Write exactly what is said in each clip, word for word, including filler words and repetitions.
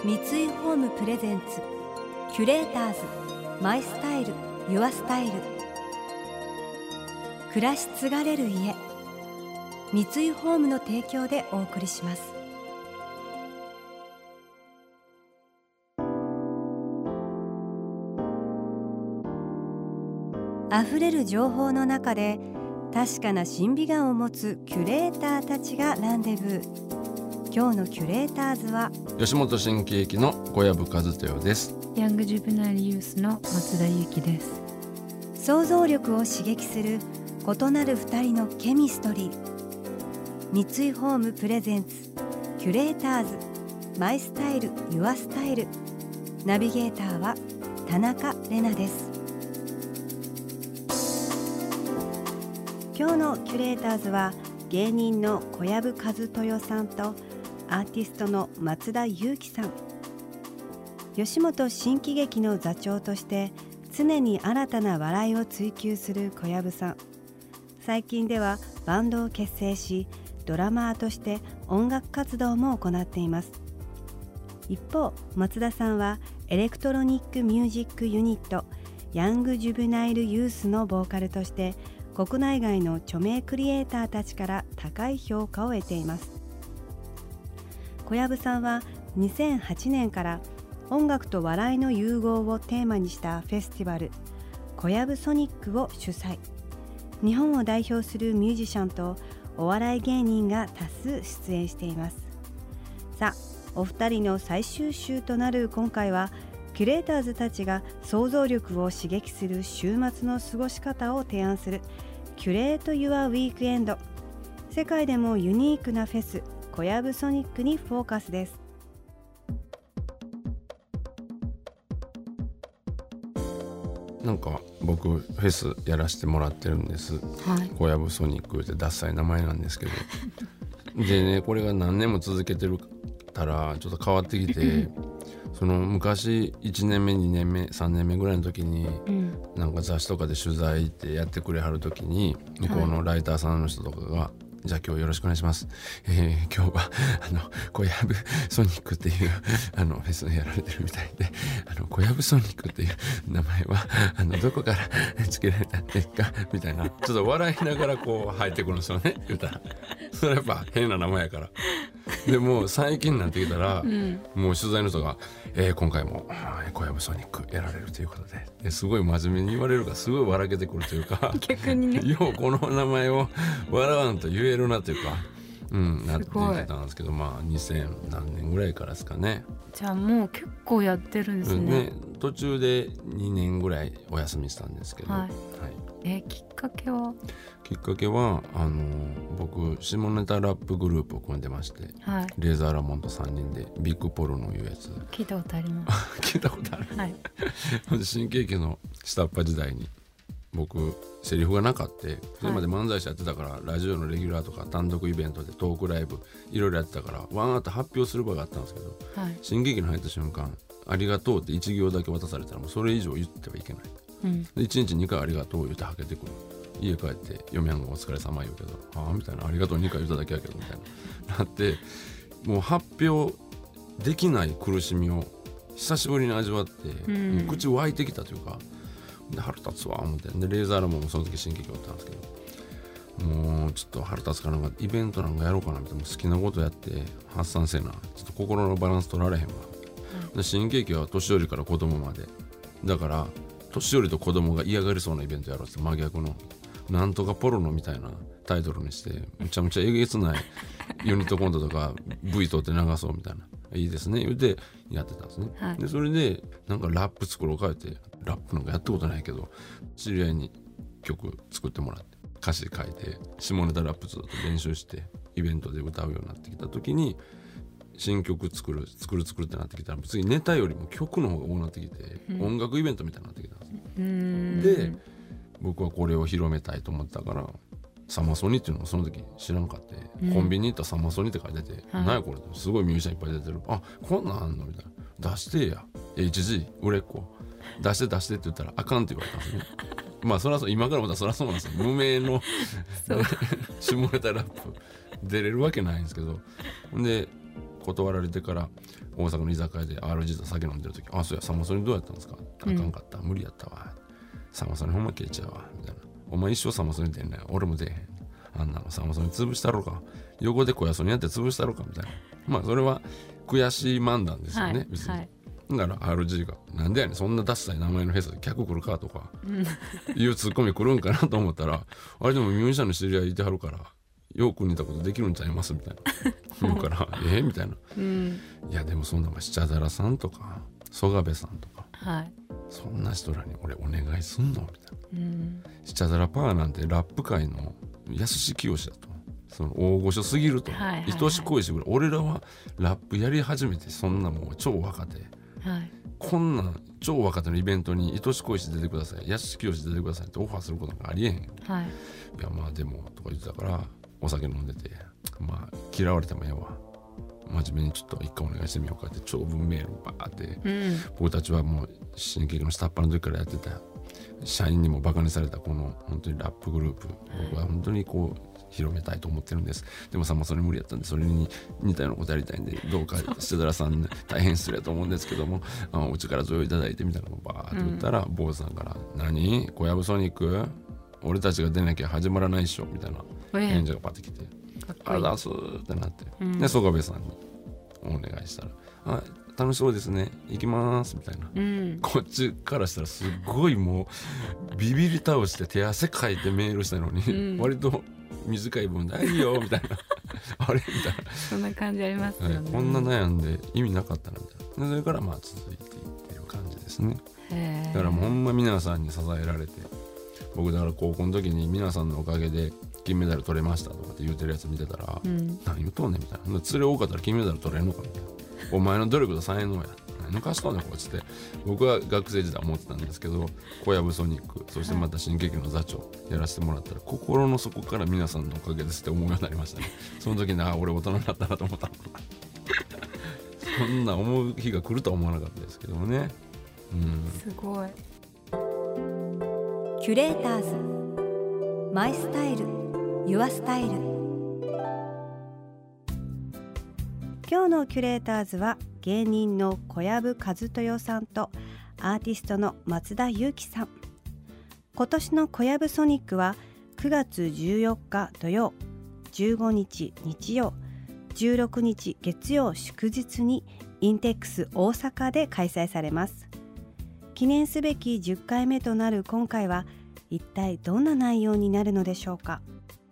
三井ホームプレゼンツキュレーターズマイスタイルユアスタイル。暮らし継がれる家、三井ホームの提供でお送りします。あふれる情報の中で確かな審美眼を持つキュレーターたちがランデブー。今日のキュレーターズは吉本新喜劇の小籔和豊です。 ヤングジュブナイルユースの松田裕樹です。 想像力を刺激する異なる二人のケミストリー。三井ホームプレゼンツキュレーターズマイスタイルユアスタイル。ナビゲーターは田中れなです。今日のキュレーターズは芸人の小籔和豊さんとアーティストの松田裕樹さん。吉本新喜劇の座長として常に新たな笑いを追求する小籔さん。最近ではバンドを結成しドラマーとして音楽活動も行っています。一方松田さんはエレクトロニックミュージックユニットヤングジュブナイルユースのボーカルとして国内外の著名クリエイターたちから高い評価を得ています。小籔さんはにせんはちねんから音楽と笑いの融合をテーマにしたフェスティバル小籔ソニックを主催。日本を代表するミュージシャンとお笑い芸人が多数出演しています。さあ、お二人の最終週となる今回はキュレーターズたちが想像力を刺激する週末の過ごし方を提案するキュレート・ユア・ウィークエンド。世界でもユニークなフェス小籔ソニックにフォーカスです。 なんか僕フェスやらせてもらってるんです、はい、小籔ソニックってダッサい名前なんですけどでね、これが何年も続けてるたらちょっと変わってきてその昔いちねんめにねんめさんねんめぐらいの時に、うん、なんか雑誌とかで取材ってやってくれはる時に向こうのライターさんの人とかが、はい、じゃあ今日よろしくお願いします、えー、今日はあの小籔ソニックっていうあのフェスやられてるみたいで、あの小籔ソニックっていう名前はあのどこから付けられたんですかみたいな、ちょっと笑いながらこう入ってくるんですよね。言うたらそれやっぱ変な名前やから。でも最近になってきたら、うん、もう取材の人が、えー、今回も小籔ソニックやられるということで、ですごい真面目に言われるからすごい笑けてくるというか逆にねようこの名前を笑わんと言えるなというか、うん、なってきてたんですけど、まあにせん何年ぐらいからですかね。 じゃあもう結構やってるんですね。ね、 途中でにねんぐらいお休みしたんですけど、はいはい、 えー、きっかけはきっかけはあの僕下ネタラップグループを組んでまして、はい、レーザーラモンとさんにんでビッグポルノいうやつ聞いたことあります聞いたことある、はい、新喜劇の下っ端時代に僕セリフがなかったそれまで漫才師やってたから、はい、ラジオのレギュラーとか単独イベントでトークライブいろいろやってたからワンアート発表する場があったんですけど、はい、新喜劇に入った瞬間ありがとうっていち行だけ渡されたらもうそれ以上言ってはいけない、うん、でいちにちにかいありがとう言ってはけてくる。家帰って嫁はんがお疲れ様言うけどああみたいな、ありがとうにかい言っただけやけどみたいななってもう発表できない苦しみを久しぶりに味わって、うん、もう口湧いてきたというかで腹立つわ思ってでレーザーラモンもその時新喜劇おったんですけどもうちょっと腹立つからなんかイベントなんかやろうかなみたいな好きなことやって発散せなちょっと心のバランス取られへんわ、うん、で新喜劇は年寄りから子供までだから年寄りと子供が嫌がりそうなイベントやろうって真逆のなんとかポロノみたいなタイトルにしてむちゃむちゃえげつないユニットコントとか ブイ 撮って流そうみたいないいですね言ってやってたんですね、はい、でそれでなんかラップ作ろうかってラップなんかやったことないけど知り合いに曲作ってもらって歌詞書いて下ネタラップずっと練習してイベントで歌うようになってきた時に新曲作る作る作るってなってきたら次ネタよりも曲の方が多くなってきて、うん、音楽イベントみたいになってきたんですね。うーんで僕はこれを広めたいと思ったからサマソニっていうのもその時知らんかって、うん、コンビニ行ったらサマソニって書いてて、はい、何やこれすごいミュージシャンいっぱい出てるあこんなんあんのみたいな出してや エイチジー 売れっ子出して出してって言ったらあかんって言われたんですねまあそらそう今からまたそらそうなんですよ無名の下ネタラップ出れるわけないんですけどで断られてから大阪の居酒屋で アールジー と酒飲んでる時、あそうやサマソニどうやったんですか、あかんかった、無理やったわ、サマソニほんま消えちゃうわみたいな、お前一生サマソニ出んねん、俺も出えへん、あんなのサマソニ潰したろか、横で小屋ソニやって潰したろかみたいな、まあそれは悔しい漫談ですよね、はい、別に、はい、だから アールジー がなんでやねんそんなダッサい名前のフェスで客来るかとかいうツッコミ来るんかなと思ったらあれでもミュージシャンの知り合いいてはるからよく似たことできるんちゃいますみたいな言うからえー、みたいな、うん、いやでもそんなシチャダラさんとか曽我部さんとか、はい、そんな人らに俺お願いすんのみたいな、うん、シチャダラパーなんてラップ界の安志清だと、その大御所すぎると、はいはいはい、愛し恋しぐらい俺らはラップやり始めてそんなもう超若手、はい、こんな超若手のイベントに愛し恋し出てください、安志清出てくださいってオファーすることがありえへん、はい、いやまあでもとか言ってたからお酒飲んでて、まあ嫌われてもええわ、真面目にちょっと一回お願いしてみようかって長文メールバーって、うん、僕たちはもう新喜劇の下っ端の時からやってた社員にもバカにされたこの本当にラップグループ、僕は本当にこう広めたいと思ってるんです。でもさもそれ無理やったんでそれに似たようなことやりたいんでどうかシダラさん大変失礼だと思うんですけどもあのうちから贈与いただいてみたいなのをバーって言ったら、うん、坊主さんから何小籔ソニック俺たちが出なきゃ始まらないっしょみたいな返事がパッてきて、あらすーってなって、うん、で曽我部さんにお願いしたらあ楽しそうですね行きますみたいな、うん、こっちからしたらすごいもうビビり倒して手汗かいてメールしたのに、うん、割と短い分でいいよみたいなあれみたいなそんな感じありますよね、 はい、こんな悩んで意味なかったなみたいな、でそれからまあ続いていってる感じですね。だからもうほんま皆さんに支えられて、僕だから高校の時に皆さんのおかげで金メダル取れましたとかって言ってるやつ見てたら、うん、何言うとんねんみたいな、連れ多かったら金メダル取れんのかみたいな、お前の努力と才能や何抜かしとんねんこいつって僕は学生時代思ってたんですけど、小籔ソニックそしてまた新喜劇の座長やらせてもらったら、心の底から皆さんのおかげですって思うようになりましたね。その時にあ俺大人になったなと思ったそんな思う日が来るとは思わなかったですけどもね、 うん、すごい。 キュレーターズマイスタイルユアスタイル。今日のキュレーターズは芸人の小籔千豊さんとアーティストの松田裕樹さん。今年の小籔ソニックはくがつじゅうよっか土曜、じゅうごにち日曜、じゅうろくにち月曜祝日にインテックス大阪で開催されます。記念すべきじゅっかいめとなる今回は一体どんな内容になるのでしょうか。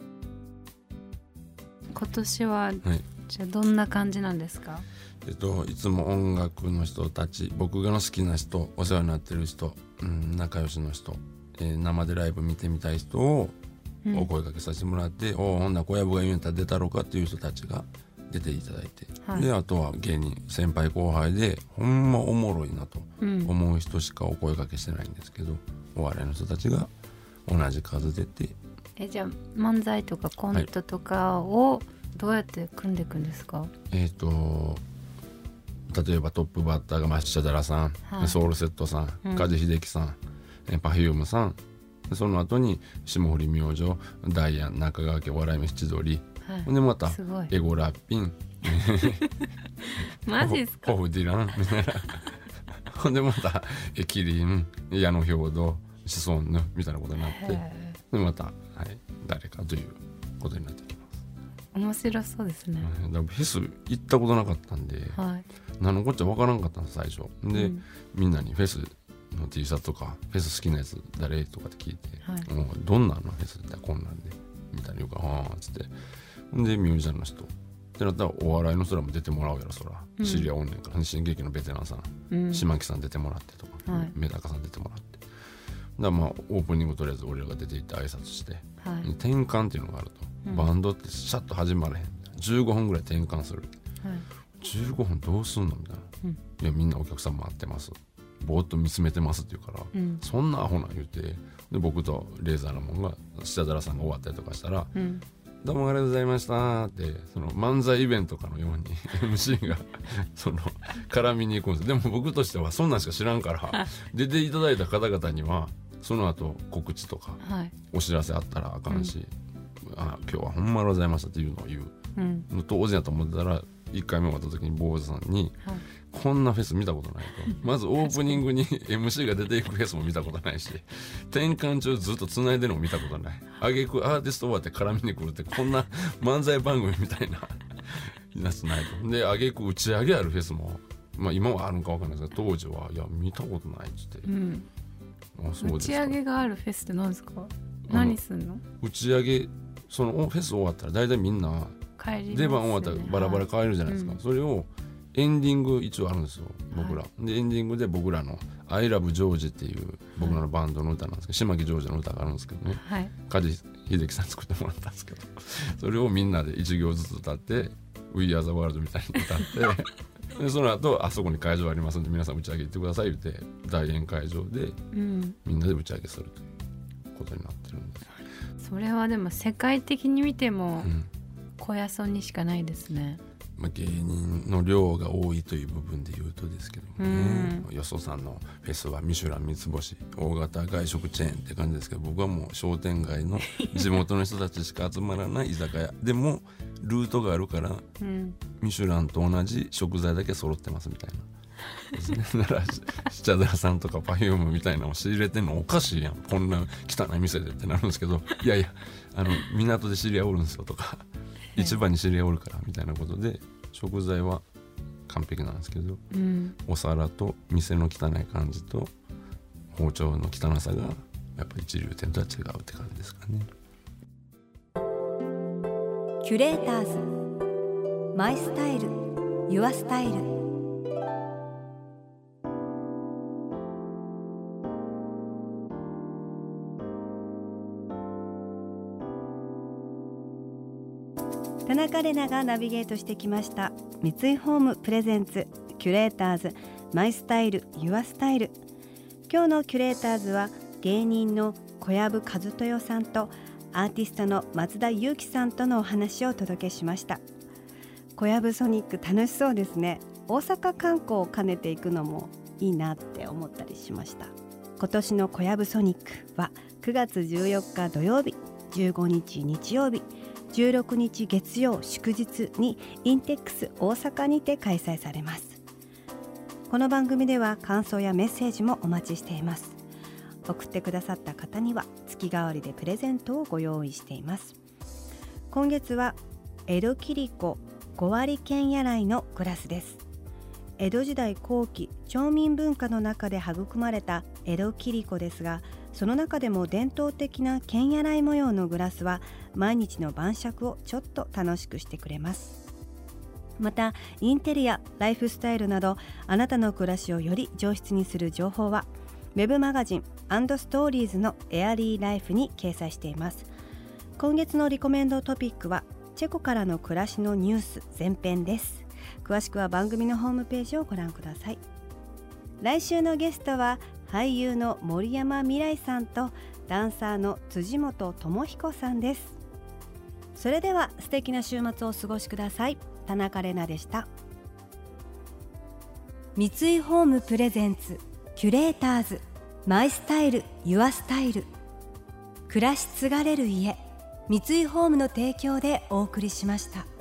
今年は、はい、じゃあどんな感じなんですか。 えっと、いつも音楽の人たち、僕がの好きな人、お世話になってる人、うん、仲良しの人、えー、生でライブ見てみたい人をお声掛けさせてもらって、うん、おほんなら小籔が言うんやったら出たろうかっていう人たちが出ていただいて、はい、であとは芸人先輩後輩でほんまおもろいなと思う人しかお声掛けしてないんですけど、うん、お笑いの人たちが同じ数出て、 えじゃあ漫才とかコントとかをどうやって組んでいくんですか。はい、 えっと例えばトップバッターがマッシャダラさん、はい、ソウルセットさん、うん、梶秀樹さん、パフュームさん、その後に霜降り明星、ダイアン、中川家、笑い飯千鳥、はい、でまたエゴラッピンマジっすか。 ホフディランみたいなほんでまたエキリン、矢野兵道、シソンヌみたいなことになって、でまた、はい、誰かということになってきます。 面白そうですね。 だからフェス行ったことなかったんで、はい、何のこっちゃ分からんかったんです最初で、うん、みんなにフェスの T シャツとかフェス好きなやつ誰とかって聞いて、はい、もうどんなのフェスってこんなんでみたいな言うからはーっつって、でミュージシャンの人ってなったらお笑いの人らも出てもらうやろそら、うん、知り合いおんねんから、新劇のベテランさん、うん、島木さん出てもらってとか、はい、メダカさん出てもらって、だからまあオープニングとりあえず俺らが出て行って挨拶して、はい、転換っていうのがあると、うん、バンドってシャッと始まれへん、じゅうごふんぐらい転換する、はい、じゅうごふんどうすんのみたいな、うん、いやみんなお客さん待ってます、ぼーっと見つめてますって言うから、うん、そんなアホなん言うて、で僕とレーザーのもんが下寺さんが終わったりとかしたら、うん、どうもありがとうございましたってその漫才イベントかのようにエムシー がその絡みに行くんです。でも僕としてはそんなんしか知らんから出ていただいた方々にはその後告知とか、はい、お知らせあったらあかんし、うん、あ今日はほんまありがとうございましたっていうのを言う、うん、当然やと思ってたらいっかいめ終わった時に坊主さんに、 はい、 こんなフェス見たことないとまずオープニングに エムシー が出ていくフェスも見たことないし転換中ずっとつないでるのも見たことない、あげくアーティスト終わって絡みに来るってこんな漫才番組みたいなやつないと。であげく打ち上げあるフェスも、まあ、今はあるのか分かんないですけど当時はいや見たことないっつって、うん、あそうですか。 打ち上げがあるフェスって何ですか？何すんの？ 打ち上げそのフェス終わったら大体みんな帰りますね、 出番終わったらバラバラ帰るじゃないですか、はい、それをエンディング一応あるんですよ僕ら、はい、でエンディングで僕らの I love ジョージっていう僕らのバンドの歌なんですけど、島木ジョージの歌があるんですけどね、はい、梶秀樹さん作ってもらったんですけどそれをみんなで一行ずつ歌って We are the world みたいに歌ってでその後あそこに会場ありますんで皆さん打ち上げ行ってください言って大宴会場で、うん、みんなで打ち上げするということになってるんです。 それはでも世界的に見ても、うん小屋村にしかないですね。 まあ、芸人の量が多いという部分で言うとですけどね、よそさんのフェスはミシュラン三つ星大型外食チェーンって感じですけど、僕はもう商店街の地元の人たちしか集まらない居酒屋でもルートがあるから、うん、ミシュランと同じ食材だけ揃ってますみたいなですね。だからシチャダラさんとかパフュームみたいなのを仕入れてんのおかしいやんこんな汚い店でってなるんですけど、いやいやあの港で知り合いおるんですよとか市場に知り合いおるからみたいなことで食材は完璧なんですけど、うん、お皿と店の汚い感じと包丁の汚さがやっぱり一流店とは違うって感じですかね。 キュレーターズマイスタイルユアスタイル。田中れながナビゲートしてきました三井ホームプレゼンツキュレーターズマイスタイルユアスタイル。今日のキュレーターズは芸人の小籔和豊さんとアーティストの松田裕樹さんとのお話をお届けしました。小籔ソニック楽しそうですね。大阪観光を兼ねていくのもいいなって思ったりしました。今年の小籔ソニックはくがつじゅうよっか土曜日、じゅうごにち日曜日、じゅうろくにち月曜祝日にインテックス大阪にて開催されます。この番組では感想やメッセージもお待ちしています。送ってくださった方には月替わりでプレゼントをご用意しています。今月は江戸切子ごわり剣柳のグラスです。江戸時代後期町民文化の中で育まれた江戸切子ですが、その中でも伝統的な剣柳模様のグラスは毎日の晩酌をちょっと楽しくしてくれます。またインテリア、ライフスタイルなどあなたの暮らしをより上質にする情報はウェブマガジン&ストーリーズのエアリーライフに掲載しています。今月のリコメンドトピックはチェコからの暮らしのニュース前編です。詳しくは番組のホームページをご覧ください。来週のゲストは俳優の森山未來さんとダンサーの辻本智彦さんです。それでは素敵な週末をお過ごしください。田中れなでした。三井ホームプレゼンツキュレーターズマイスタイルユアスタイル。暮らし継がれる家、三井ホームの提供でお送りしました。